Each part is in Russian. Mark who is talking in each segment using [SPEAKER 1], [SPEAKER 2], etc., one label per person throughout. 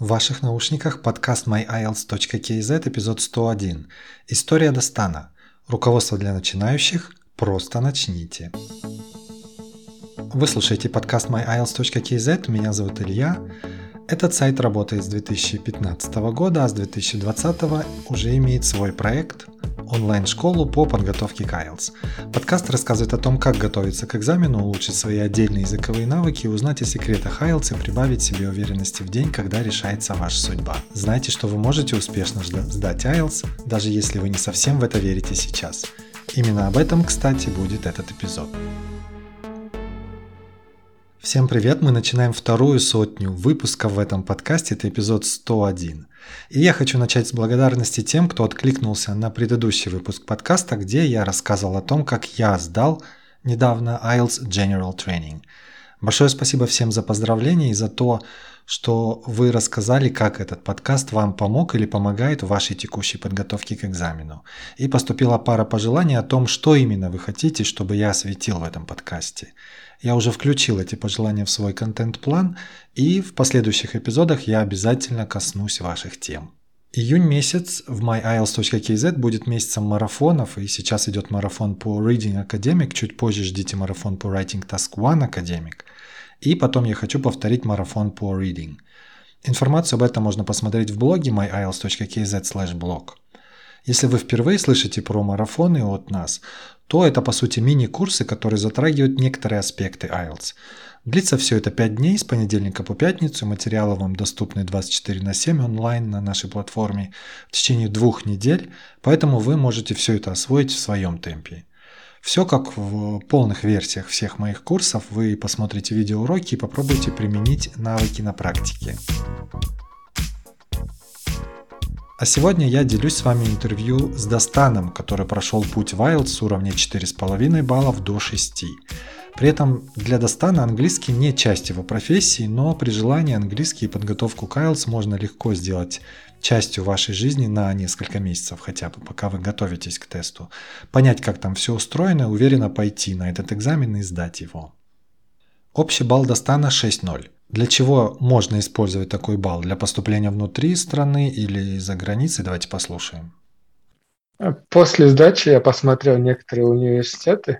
[SPEAKER 1] В ваших наушниках подкаст myielts.kz, эпизод 101. История Дастана. Руководство для начинающих. Просто начните. Вы слушаете подкаст myielts.kz, меня зовут Илья. Этот сайт работает с 2015 года, а с 2020 уже имеет свой проект – онлайн-школу по подготовке к IELTS. Подкаст рассказывает о том, как готовиться к экзамену, улучшить свои отдельные языковые навыки, узнать о секретах IELTS и прибавить себе уверенности в день, когда решается ваша судьба. Знайте, что вы можете успешно сдать IELTS, даже если вы не совсем в это верите сейчас. Именно об этом, кстати, будет этот эпизод. Всем привет! Мы начинаем вторую сотню выпусков в этом подкасте, это эпизод 101. И я хочу начать с благодарности тем, кто откликнулся на предыдущий выпуск подкаста, где я рассказывал о том, как я сдал недавно IELTS General Training. Большое спасибо всем за поздравления и за то, что вы рассказали, как этот подкаст вам помог или помогает в вашей текущей подготовке к экзамену. И поступила пара пожеланий о том, что именно вы хотите, чтобы я осветил в этом подкасте. Я уже включил эти пожелания в свой контент-план, и в последующих эпизодах я обязательно коснусь ваших тем. Июнь месяц в myielts.kz будет месяцем марафонов, и сейчас идет марафон по Reading Academic, чуть позже ждите марафон по Writing Task 1 Academic, и потом я хочу повторить марафон по Reading. Информацию об этом можно посмотреть в блоге myielts.kz/blog. Если вы впервые слышите про марафоны от нас, то это по сути мини-курсы, которые затрагивают некоторые аспекты IELTS. Длится все это 5 дней с понедельника по пятницу, материалы вам доступны 24/7 онлайн на нашей платформе в течение 2 недель, поэтому вы можете все это освоить в своем темпе. Все как в полных версиях всех моих курсов, вы посмотрите видеоуроки и попробуйте применить навыки на практике. А сегодня я делюсь с вами интервью с Дастаном, который прошел путь в IELTS с уровня 4,5 баллов до 6. При этом для Дастана английский не часть его профессии, но при желании английский и подготовку к IELTS можно легко сделать частью вашей жизни на несколько месяцев хотя бы, пока вы готовитесь к тесту. Понять, как там все устроено, уверенно пойти на этот экзамен и сдать его. Общий балл Дастана 6,0. Для чего можно использовать такой балл? Для поступления внутри страны или за границей? Давайте послушаем.
[SPEAKER 2] После сдачи я посмотрел некоторые университеты,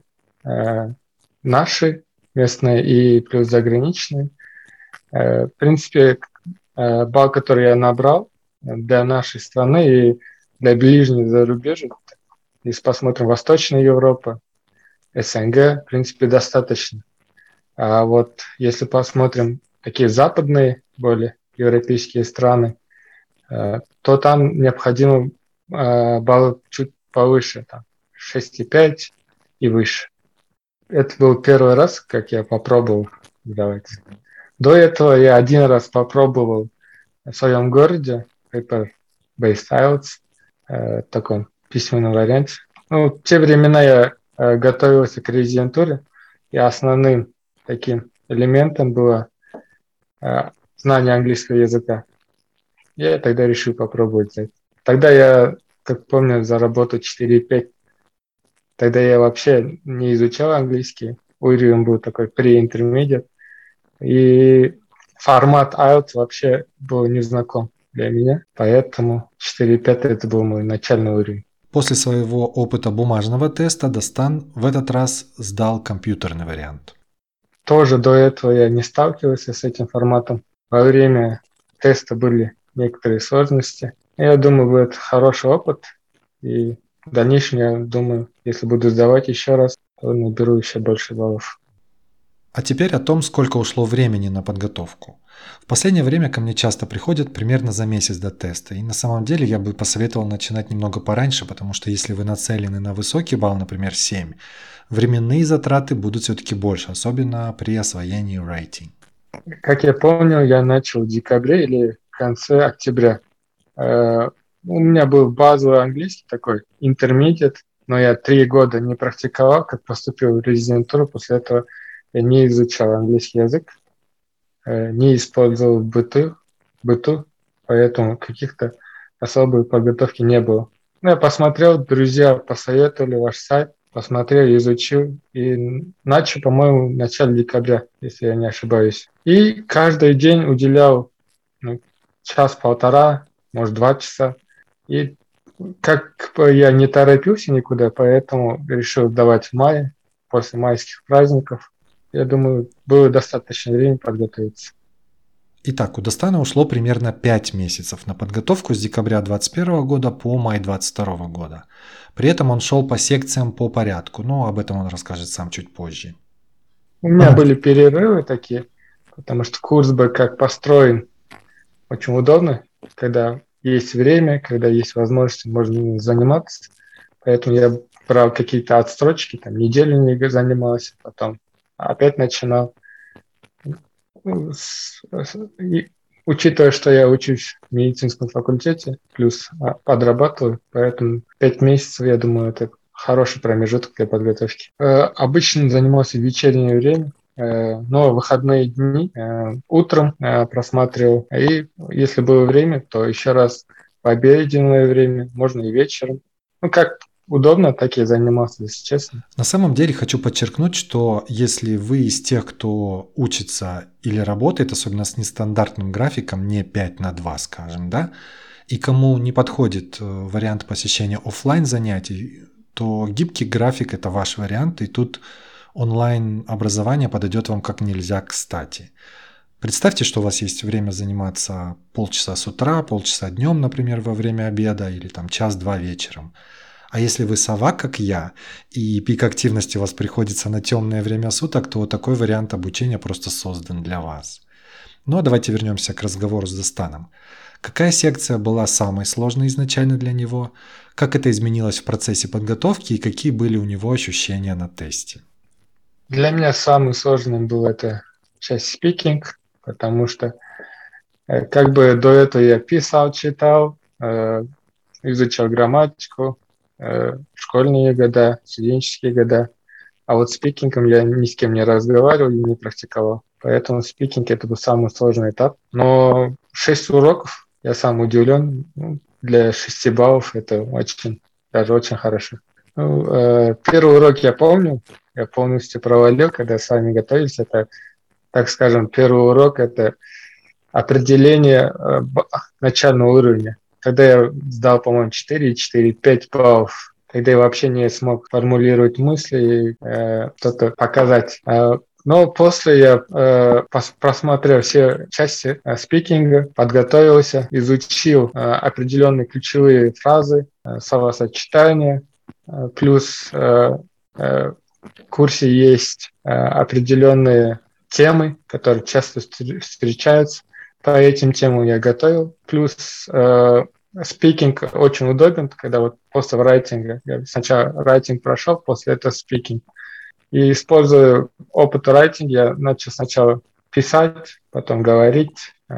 [SPEAKER 2] наши, местные и плюс заграничные. В принципе, балл, который я набрал для нашей страны и для ближнего зарубежья, если посмотрим Восточная Европа, СНГ, в принципе, достаточно. А вот если посмотрим такие западные, более европейские страны, то там необходимо баллы чуть повыше, там 6,5 и выше. Это был первый раз, как я попробовал сдавать. До этого я один раз попробовал в своем городе paper-based IELTS, в таком письменном варианте. В те времена я готовился к резидентуре, и основным таким элементом было знание английского языка. Я тогда решил попробовать это. Тогда я, как помню, заработал 4,5. Тогда я вообще не изучал английский. Уровень был такой pre-intermediate. И формат IELTS вообще был незнаком для меня. Поэтому 4,5 это был мой начальный уровень.
[SPEAKER 1] После своего опыта бумажного теста Дастан в этот раз сдал компьютерный вариант.
[SPEAKER 2] Тоже до этого я не сталкивался с этим форматом. Во время теста были некоторые сложности. Я думаю, будет хороший опыт. И в дальнейшем, я думаю, если буду сдавать еще раз, то наберу еще больше баллов.
[SPEAKER 1] А теперь о том, сколько ушло времени на подготовку. В последнее время ко мне часто приходят примерно за месяц до теста, и на самом деле я бы посоветовал начинать немного пораньше, потому что если вы нацелены на высокий балл, например 7, временные затраты будут все-таки больше, особенно при освоении writing.
[SPEAKER 2] Как я помню, я начал в декабре или в конце октября. У меня был базовый английский такой, intermediate, но я 3 года не практиковал, как поступил в резидентуру. После этого я не изучал английский язык, не использовал в быту, поэтому каких-то особой подготовки не было. Я посмотрел, друзья посоветовали ваш сайт, посмотрел, изучил и начал, по-моему, в начале декабря, если я не ошибаюсь. И каждый день уделял час-полтора, может 2 часа. И как бы я не торопился никуда, поэтому решил давать в мае, после майских праздников. Я думаю, было достаточно времени подготовиться.
[SPEAKER 1] Итак, у Дастана ушло примерно 5 месяцев на подготовку с декабря 2021 года по май 2022 года. При этом он шел по секциям по порядку, но об этом он расскажет сам чуть позже.
[SPEAKER 2] У меня были перерывы такие, потому что курс бы как построен очень удобно, когда есть время, когда есть возможность, можно заниматься. Поэтому я брал какие-то отстрочки, там неделю не занимался, потом опять начинал. Ну, учитывая, что я учусь в медицинском факультете, плюс подрабатываю, поэтому 5 месяцев, я думаю, это хороший промежуток для подготовки. Обычно занимался в вечернее время, но в выходные дни утром просматривал. И если было время, то еще раз в обеденное время, можно и вечером. Ну, как удобно, так я занимался, если честно.
[SPEAKER 1] На самом деле хочу подчеркнуть, что если вы из тех, кто учится или работает, особенно с нестандартным графиком, не 5/2, скажем, да, и кому не подходит вариант посещения офлайн занятий, то гибкий график – это ваш вариант, и тут онлайн-образование подойдет вам как нельзя кстати. Представьте, что у вас есть время заниматься полчаса с утра, полчаса днем, например, во время обеда, или там час-два вечером. А если вы сова, как я, и пик активности у вас приходится на темное время суток, то такой вариант обучения просто создан для вас. Ну а давайте вернемся к разговору с Дастаном. Какая секция была самой сложной изначально для него? Как это изменилось в процессе подготовки и какие были у него ощущения на тесте?
[SPEAKER 2] Для меня самым сложным был это часть спикинг, потому что как бы до этого я писал, читал, изучал грамматику, школьные года, студенческие года. А вот спикингом я ни с кем не разговаривал и не практиковал. Поэтому спикинг это был самый сложный этап. Но 6 уроков, я сам удивлен. Ну, для 6 баллов это очень, даже очень хорошо. Ну, первый урок я помню. Я полностью провалил, когда с вами готовились. Это, так скажем, первый урок это определение начального уровня. Когда я сдал, по-моему, 4, 5 баллов, когда я вообще не смог формулировать мысли, что-то показать. Но после я просмотрел все части спикинга, подготовился, изучил определенные ключевые фразы, словосочетания, плюс в курсе есть определенные темы, которые часто встречаются. По этим темам я готовил. Плюс спикинг очень удобен, когда вот после райтинга, я сначала райтинг прошел, после этого спикинг. И используя опыт райтинга, я начал сначала писать, потом говорить,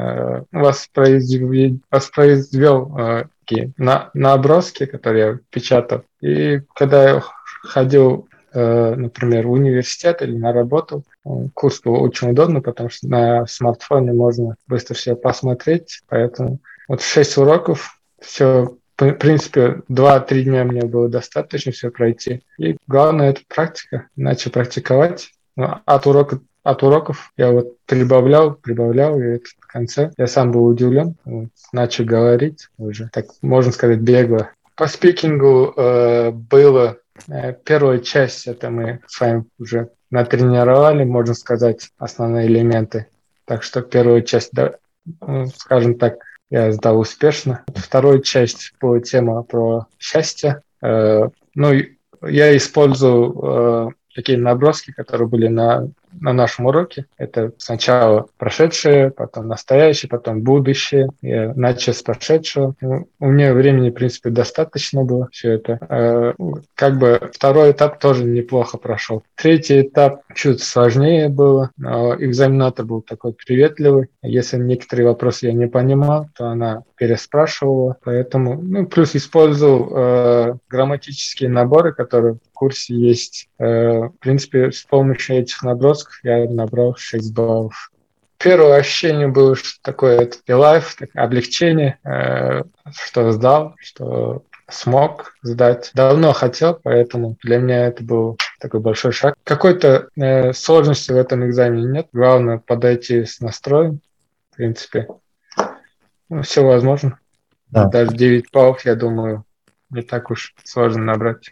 [SPEAKER 2] воспроизвел такие наброски, которые я печатал. И когда я ходил, например, в университет или на работу, курс был очень удобно, потому что на смартфоне можно быстро все посмотреть. Поэтому вот 6 уроков, все, в принципе, 2-3 дня мне было достаточно все пройти. И главное, это практика. Начал практиковать. Ну, от уроков я вот прибавлял, и в конце я сам был удивлен. Вот, начал говорить уже, так можно сказать, бегло. По спикингу было первая часть, это мы с вами уже натренировали, можно сказать, основные элементы. Так что первую часть, да, скажем так, я сдал успешно. Вторая часть была тема про счастье. Ну, я использовал такие наброски, которые были на нашем уроке. Это сначала прошедшее, потом настоящее, потом будущее. Я начал с прошедшего. У меня времени, в принципе, достаточно было все это. Как бы второй этап тоже неплохо прошел. Третий этап чуть сложнее было. Но экзаменатор был такой приветливый. Если некоторые вопросы я не понимал, то она переспрашивала. Поэтому, ну, плюс использовал грамматические наборы, которые в курсе есть. В принципе, с помощью этих набросков я набрал 6 баллов. Первое ощущение было, что такое релайф, облегчение, что сдал, что смог сдать. Давно хотел, поэтому для меня это был такой большой шаг. Какой-то сложности в этом экзамене нет. Главное подойти с настроем, в принципе. Ну, все возможно.
[SPEAKER 1] Да.
[SPEAKER 2] Даже 9 баллов, я думаю, не так уж сложно набрать.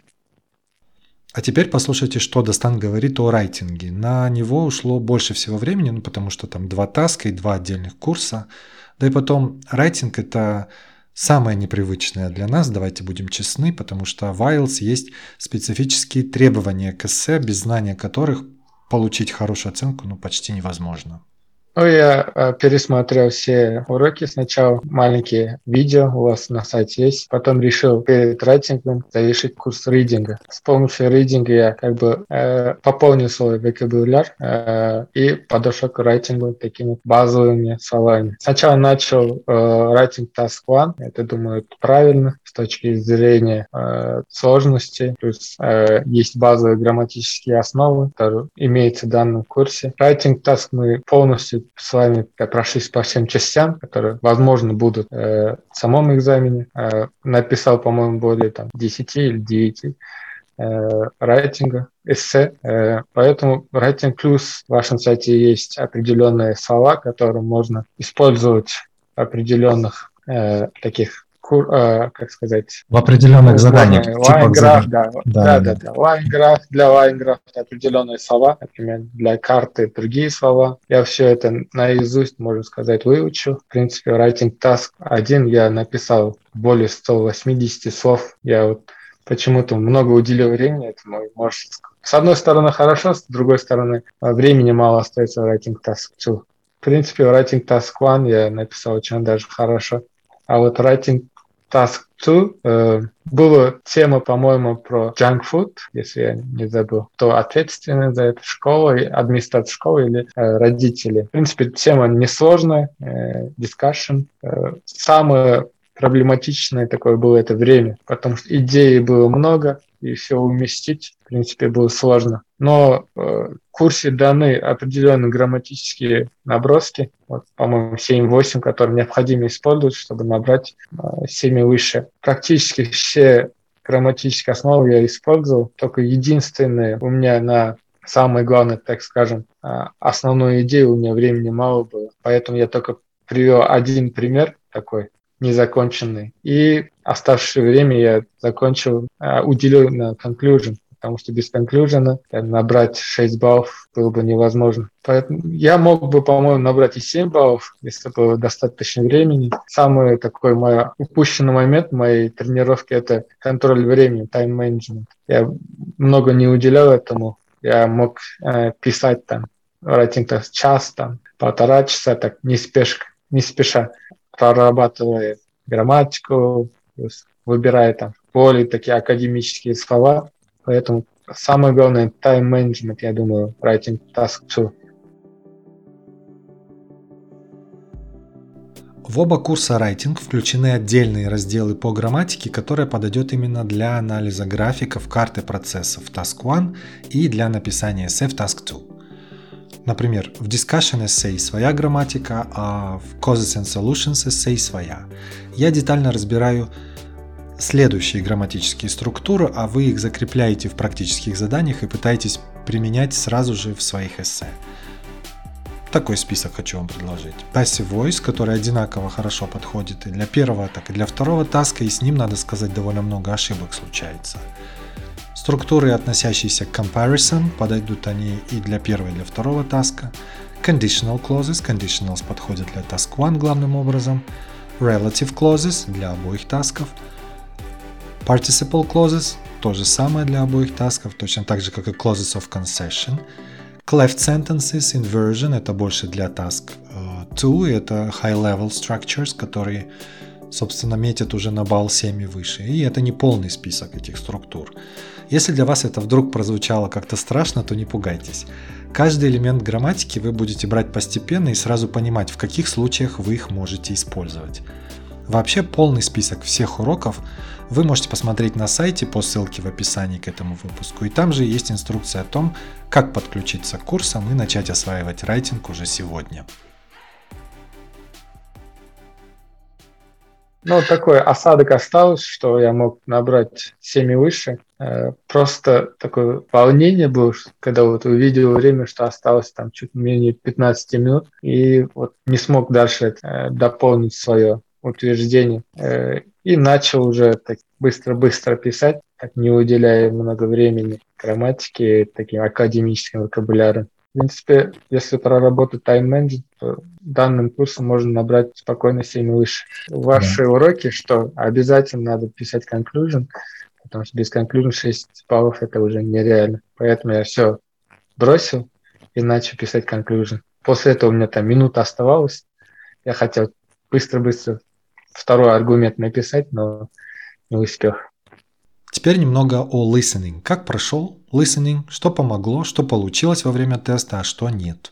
[SPEAKER 1] А теперь послушайте, что Достан говорит о райтинге. На него ушло больше всего времени, ну, потому что там 2 таска и 2 отдельных курса. Да и потом, райтинг – это самое непривычное для нас, давайте будем честны, потому что в IELTS есть специфические требования к эссе, без знания которых получить хорошую оценку почти невозможно.
[SPEAKER 2] Ну, я пересмотрел все уроки. Сначала маленькие видео у вас на сайте есть. Потом решил перед райтингом завершить курс ридинга. С помощью ридинга я пополнил свой вокабуляр и подошел к райтингу такими базовыми словами. Сначала начал райтинг Task One. Это, думаю, правильно с точки зрения сложности. Плюс есть базовые грамматические основы, которые имеются в данном курсе. Райтинг Task мы полностью с вами прошлись по всем частям, которые, возможно, будут в самом экзамене. Написал, по-моему, более 10 или 9 райтинга, эссе. Поэтому в Writing Plus в вашем сайте есть определенные слова, которые можно использовать в определенных таких как сказать,
[SPEAKER 1] В определенных заданиях, типах
[SPEAKER 2] лайн-граф,
[SPEAKER 1] заданий.
[SPEAKER 2] да. Лайн-граф, для лайн-графа определенные слова, например, для карты другие слова. Я все это наизусть, можно сказать, выучил. В принципе, Writing Task 1 я написал более 180 слов. Я вот почему-то много уделил времени этому. Может, с одной стороны хорошо, с другой стороны времени мало остается в Writing Task 2. В принципе, в Writing Task 1 я написал очень даже хорошо. А вот Writing Task 2 была тема, по-моему, про junk food, если я не забыл. Кто ответственный за это, школа, администрация школы или родители. В принципе, тема несложная, discussion. Самое проблематичное такое было это время, потому что идей было много, и все уместить, в принципе, было сложно. Но в курсе даны определенные грамматические наброски, вот, по-моему, 7-8, которые необходимо использовать, чтобы набрать 7 и выше. Практически все грамматические основы я использовал, только единственное у меня на самое главное, так скажем, основную идею у меня времени мало было, поэтому я только привел один пример такой, незаконченный. И оставшееся время я уделил на conclusion, потому что без conclusion набрать 6 баллов было бы невозможно. Поэтому я мог бы, по-моему, набрать и 7 баллов, если было достаточно времени. Самый такой мой упущенный момент моей тренировки – это контроль времени, time management. Я много не уделял этому. Я мог писать writing час, полтора часа, так не спеша, прорабатывая грамматику, выбирая более такие академические слова. Поэтому самое главное time management, я думаю, Writing Task 2.
[SPEAKER 1] В оба курса Writing включены отдельные разделы по грамматике, которые подойдет именно для анализа графиков, карты процессов в Task 1 и для написания эссе в Task 2. Например, в Discussion Essay своя грамматика, а в Causes and Solutions Essay своя. Я детально разбираю следующие грамматические структуры, а вы их закрепляете в практических заданиях и пытаетесь применять сразу же в своих эссе. Такой список хочу вам предложить. Passive Voice, который одинаково хорошо подходит и для первого, так и для второго таска, и с ним, надо сказать, довольно много ошибок случается. Структуры, относящиеся к comparison, подойдут они и для первого, и для второго таска. Conditional clauses, conditionals подходят для task 1 главным образом. Relative clauses для обоих тасков. Participle clauses то же самое для обоих тасков, точно так же, как и clauses of concession. Cleft sentences, inversion это больше для task 2, это high level structures, которые, собственно, метят уже на балл 7 и выше. И это не полный список этих структур. Если для вас это вдруг прозвучало как-то страшно, то не пугайтесь. Каждый элемент грамматики вы будете брать постепенно и сразу понимать, в каких случаях вы их можете использовать. Вообще полный список всех уроков вы можете посмотреть на сайте по ссылке в описании к этому выпуску. И там же есть инструкция о том, как подключиться к курсам и начать осваивать райтинг уже сегодня.
[SPEAKER 2] Ну, такой осадок остался, что я мог набрать 7 и выше. Просто такое волнение было, когда вот увидел время, что осталось там чуть менее 15 минут, и вот не смог дальше дополнить свое утверждение. И начал уже так быстро-быстро писать, так не уделяя много времени грамматике, таким академическим вокабулярам. В принципе, если проработать тайм-менеджмент, то данным курсом можно набрать спокойно 7 и выше.
[SPEAKER 1] Да.
[SPEAKER 2] Ваши уроки, что обязательно надо писать conclusion, потому что без conclusion 6 баллов это уже нереально. Поэтому я все бросил и начал писать conclusion. После этого у меня там минута оставалась. Я хотел быстро-быстро второй аргумент написать, но не успел.
[SPEAKER 1] Теперь немного о listening. Как прошел listening? Что помогло? Что получилось во время теста, а что нет?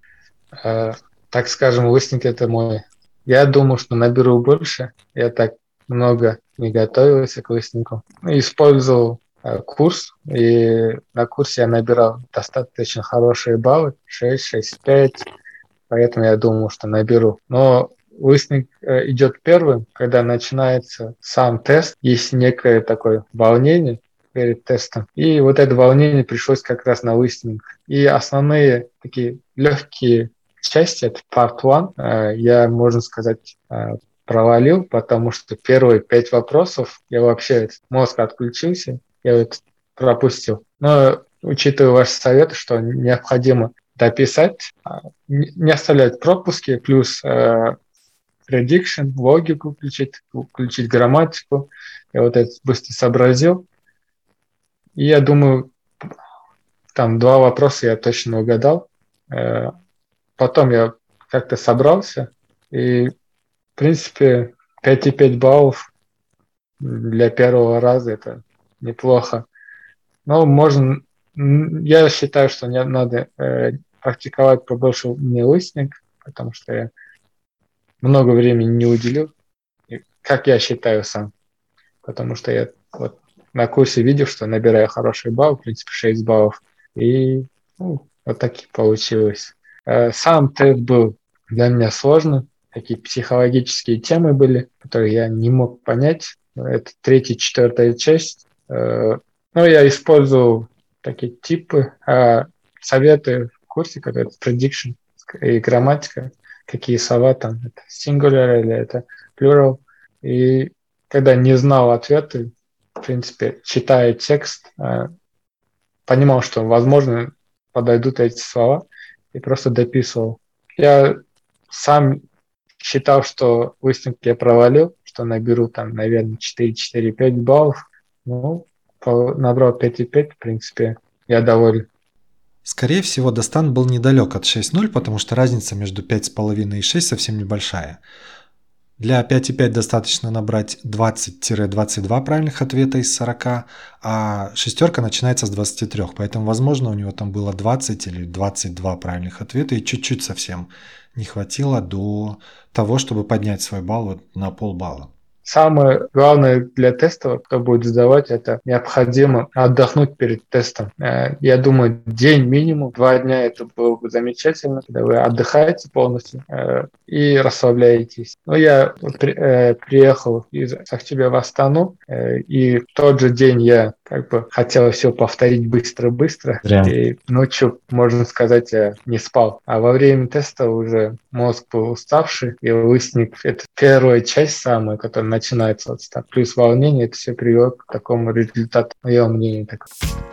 [SPEAKER 2] Так скажем, listening это мой. Я думал, что наберу больше. Я так много не готовился к listening. Использовал курс, и на курсе я набирал достаточно хорошие баллы, 6, 6,5, поэтому я думал, что наберу. Но listening идет первым, когда начинается сам тест, есть некое такое волнение перед тестом. И вот это волнение пришлось как раз на listening. И основные такие легкие части, это part one, я, можно сказать, провалил, потому что первые 5 вопросов я вообще, мозг отключился, я это пропустил. Но учитывая ваши советы, что необходимо дописать, не оставлять пропуски, плюс prediction, логику включить грамматику. Я вот это быстро сообразил. И я думаю, там 2 вопроса я точно угадал. Потом я как-то собрался, и, в принципе, 5,5 баллов для первого раза это неплохо. Но можно, я считаю, что не надо практиковать побольше мне listening, потому что я много времени не уделил, как я считаю сам. Потому что я вот на курсе видел, что набираю хороший балл, в принципе, 6 баллов. И вот так и получилось. Сам тест был для меня сложным. Такие психологические темы были, которые я не мог понять. Это 3-я, 4-я часть. Но я использовал такие типы, советы в курсе, как это prediction и грамматика, какие слова там, это singular или это plural. И когда не знал ответы, в принципе, читая текст, понимал, что, возможно, подойдут эти слова, и просто дописывал. Я сам считал, что выставки я провалил, что наберу там, наверное, 4-4-5 баллов. Ну, набрал 5,5, в принципе, я доволен.
[SPEAKER 1] Скорее всего, Достан был недалек от 6.0, потому что разница между 5,5 и 6 совсем небольшая. Для 5,5 достаточно набрать 20-22 правильных ответа из 40, а шестерка начинается с 23, поэтому, возможно, у него там было 20 или 22 правильных ответа, и чуть-чуть совсем не хватило до того, чтобы поднять свой балл вот на полбалла.
[SPEAKER 2] Самое главное для теста, кто будет сдавать, это необходимо отдохнуть перед тестом. Я думаю, день минимум, 2 дня это было бы замечательно, когда вы отдыхаете полностью и расслабляетесь. Но я приехал из Сахчибе в Астану, и в тот же день я как бы хотел все повторить быстро-быстро. И ночью, можно сказать, я не спал. А во время теста уже мозг был уставший, и listening — это первая часть самая, которая начинается от ста. Плюс волнение, это все привело к такому результату. Мое мнение такое.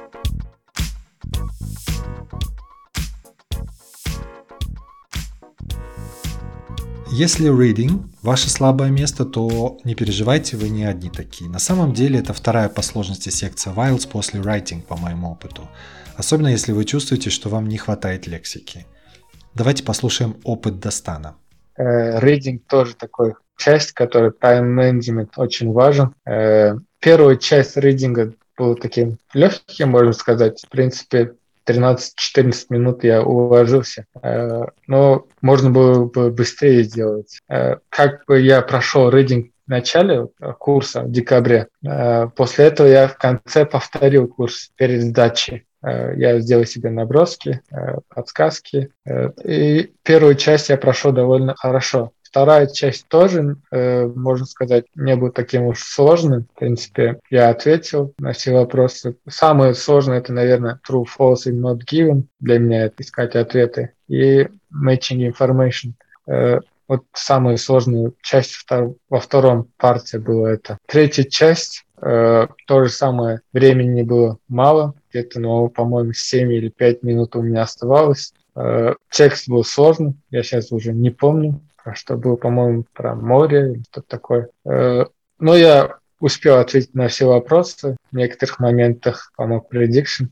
[SPEAKER 1] Если reading – ваше слабое место, то не переживайте, вы не одни такие. На самом деле это вторая по сложности секция IELTS после writing, по моему опыту. Особенно если вы чувствуете, что вам не хватает лексики. Давайте послушаем опыт Достана.
[SPEAKER 2] Reading тоже такой часть, которая тайм-менеджмент очень важен. Первая часть рейдинга была таким легким, можно сказать. В принципе, 13-14 минут я уложился. Но можно было бы быстрее сделать. Как бы я прошел рейдинг в начале курса в декабре, после этого я в конце повторил курс перед сдачей. Я сделал себе наброски, подсказки. И первую часть я прошел довольно хорошо. Вторая часть тоже, можно сказать, не была таким уж сложным. В принципе, я ответил на все вопросы. Самое сложное — это, наверное, true, false и not given. Для меня это искать ответы. И matching information. Вот самая сложная часть во втором парте была это. Третья часть, то же самое, времени было мало, где-то, по-моему, 7 или 5 минут у меня оставалось. Текст был сложный, я сейчас уже не помню, про что было, по-моему, про море или что-то такое. Но я успел ответить на все вопросы. В некоторых моментах помог prediction.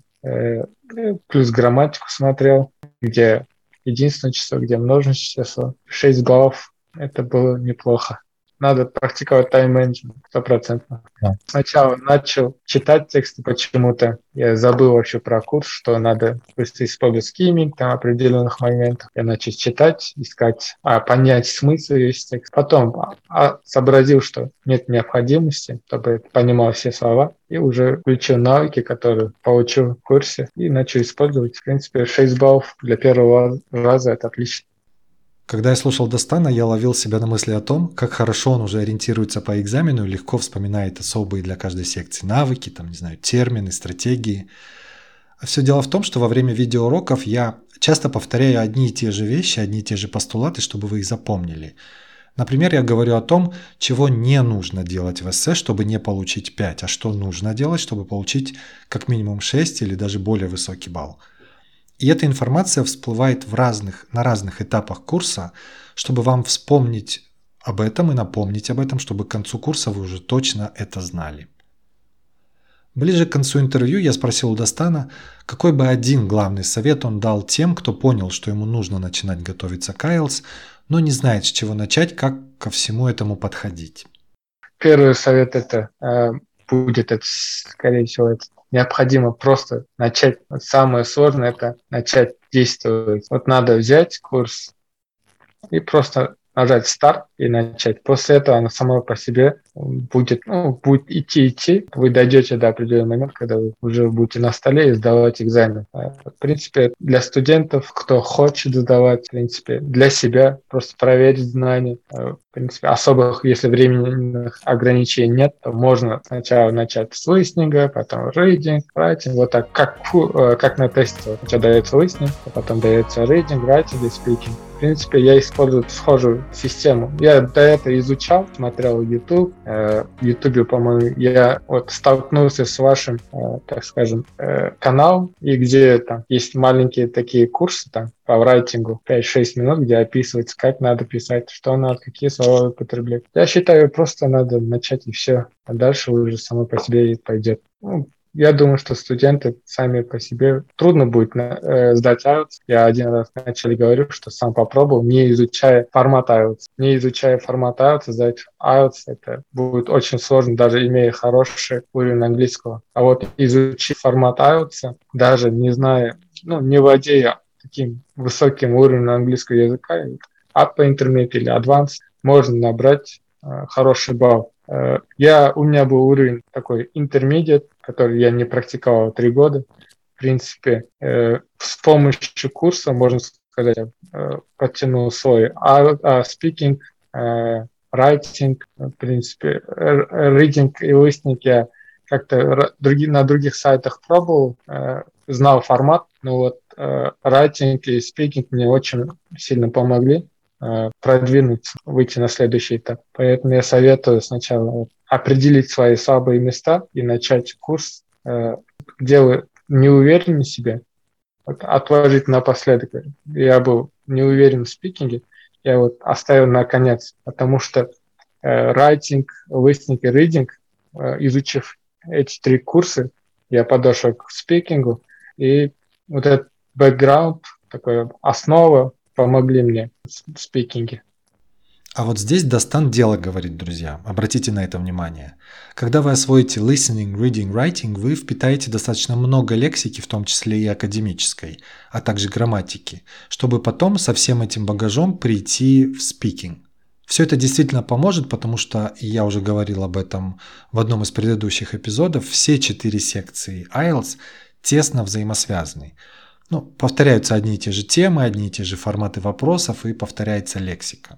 [SPEAKER 2] Плюс грамматику смотрел, где единственное число, где множественное число. 6 баллов. Это было неплохо. Надо практиковать тайм-менеджмент 100%. Да. Сначала начал читать тексты почему-то. Я забыл вообще про курс, что надо быстро использовать скимминг там, в определенных моментах. Я начал читать, искать, понять смысл весь текст. Потом сообразил, что нет необходимости, чтобы я понимал все слова. И уже включил навыки, которые получил в курсе, и начал использовать. В принципе, 6 баллов для первого раза — это отлично.
[SPEAKER 1] Когда я слушал Дастана, я ловил себя на мысли о том, как хорошо он уже ориентируется по экзамену и легко вспоминает особые для каждой секции навыки, там, не знаю, термины, стратегии. А все дело в том, что во время видеоуроков я часто повторяю одни и те же вещи, одни и те же постулаты, чтобы вы их запомнили. Например, я говорю о том, чего не нужно делать в эссе, чтобы не получить 5, а что нужно делать, чтобы получить как минимум 6 или даже более высокий балл. И эта информация всплывает на разных этапах курса, чтобы вам вспомнить об этом и напомнить об этом, чтобы к концу курса вы уже точно это знали. Ближе к концу интервью я спросил у Дастана, какой бы один главный совет он дал тем, кто понял, что ему нужно начинать готовиться к IELTS, но не знает, с чего начать, как ко всему этому подходить.
[SPEAKER 2] Первый совет будет, скорее всего, это необходимо просто начать. Самое сложное — это начать действовать. Вот надо взять курс и просто нажать старт и начать. После этого оно само по себе будет идти. Вы дойдете до определенного момента, когда вы уже будете на столе и сдавать экзамен. В принципе, для студентов, кто хочет сдавать, в принципе, для себя просто проверить знания. В принципе, особых, если временных ограничений нет, то можно сначала начать с listening, потом reading, writing, вот так, как на тесте. Сначала дается listening, а потом дается reading, writing и speaking. В принципе, я использую схожую систему. Я до этого изучал, смотрел YouTube. В YouTube, по-моему, я столкнулся с вашим, так скажем, каналом, и где там есть маленькие такие курсы там по райтингу, 5-6 минут, где описывается, как надо писать, что надо, какие слова употреблять. Я считаю, просто надо начать, и все. А дальше уже само по себе и пойдет. Я думаю, что студенты сами по себе трудно будет сдать IELTS. Я один раз вначале говорю, что сам попробовал, не изучая формат IELTS. Не изучая формат IELTS, сдать IELTS это будет очень сложно, даже имея хороший уровень английского. А вот изучить формат IELTS, даже не зная, не владея таким высоким уровнем английского языка, upper intermediate или advanced, можно набрать хороший балл. У меня был уровень такой intermediate, который я не практиковал 3 года. В принципе, с помощью курса, можно сказать, подтянул свой speaking, writing, в принципе, reading и listening я как-то на других сайтах пробовал, знал формат, но writing и speaking мне очень сильно помогли продвинуться, выйти на следующий этап. Поэтому я советую сначала определить свои слабые места и начать курс, где вы не уверены в себе, отложить напоследок. Я был не уверен в спикинге, я оставил на конец, потому что writing, listening и reading, изучив эти 3 курса, я подошел к спикингу, и этот бэкграунд, такая основа, помогли мне в спикинге.
[SPEAKER 1] А вот здесь Дастан дело говорит, друзья. Обратите на это внимание. Когда вы освоите listening, reading, writing, вы впитаете достаточно много лексики, в том числе и академической, а также грамматики, чтобы потом со всем этим багажом прийти в speaking. Все это действительно поможет, потому что, и я уже говорил об этом в одном из предыдущих эпизодов, все 4 секции IELTS тесно взаимосвязаны. Повторяются одни и те же темы, одни и те же форматы вопросов и повторяется лексика.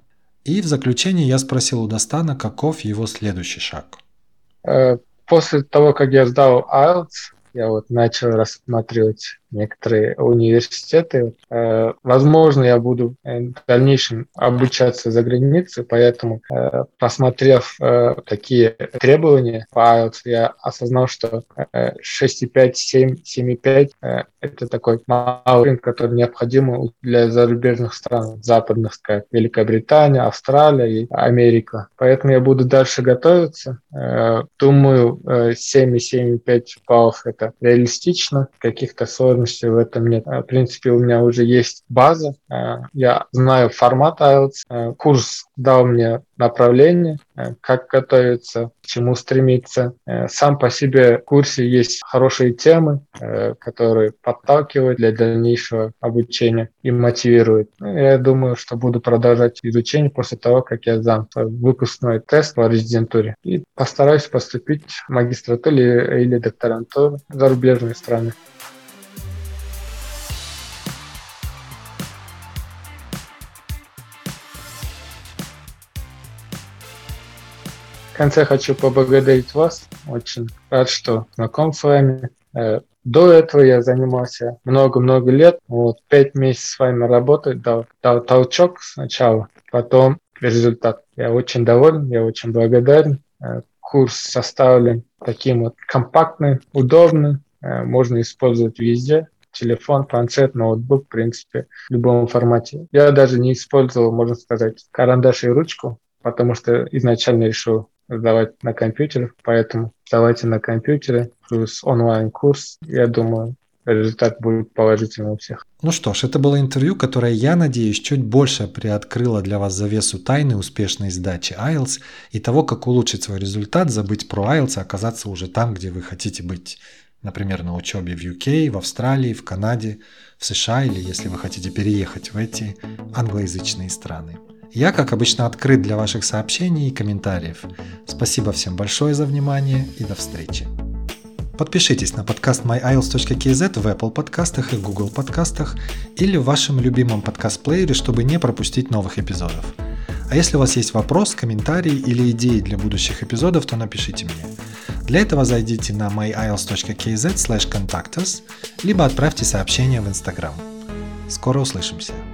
[SPEAKER 1] И в заключение я спросил у Дастана, каков его следующий шаг.
[SPEAKER 2] После того, как я сдал IELTS, я вот начал рассматривать некоторые университеты. Возможно, я буду в дальнейшем обучаться за границей, поэтому, посмотрев такие требования по IELTS, я осознал, что 6,5, 7, 7,5 это такой малый уровень, который необходим для зарубежных стран, западных, как Великобритания, Австралия и Америка. Поэтому я буду дальше готовиться. Думаю, 7 и 7,5 баллов это реалистично, каких-то сложностей в этом нет. В принципе, у меня уже есть база, я знаю формат IELTS, курс дал мне направление, как готовиться, к чему стремиться. Сам по себе в курсе есть хорошие темы, которые подталкивают для дальнейшего обучения и мотивируют. Я думаю, что буду продолжать изучение после того, как я сдам выпускной тест по резидентуре и постараюсь поступить в магистратуру или докторантуру в зарубежные страны. В конце хочу поблагодарить вас. Очень рад, что знаком с вами. До этого я занимался много-много лет. 5 месяцев с вами работаю, дал толчок сначала, потом результат. Я очень доволен, я очень благодарен. Курс составлен таким вот компактным, удобным. Можно использовать везде. Телефон, планшет, ноутбук, в принципе, в любом формате. Я даже не использовал, можно сказать, карандаш и ручку, потому что изначально решил сдавать на компьютере, поэтому сдавайте на компьютере, плюс онлайн-курс, я думаю, результат будет положительный у всех.
[SPEAKER 1] Ну что ж, это было интервью, которое, я надеюсь, чуть больше приоткрыло для вас завесу тайны успешной сдачи IELTS и того, как улучшить свой результат, забыть про IELTS и оказаться уже там, где вы хотите быть. Например, на учебе в UK, в Австралии, в Канаде, в США или если вы хотите переехать в эти англоязычные страны. Я, как обычно, открыт для ваших сообщений и комментариев. Спасибо всем большое за внимание и до встречи. Подпишитесь на подкаст myielts.kz в Apple подкастах и Google подкастах или в вашем любимом подкаст-плеере, чтобы не пропустить новых эпизодов. А если у вас есть вопрос, комментарий или идеи для будущих эпизодов, то напишите мне. Для этого зайдите на myielts.kz/contact us, либо отправьте сообщение в Instagram. Скоро услышимся.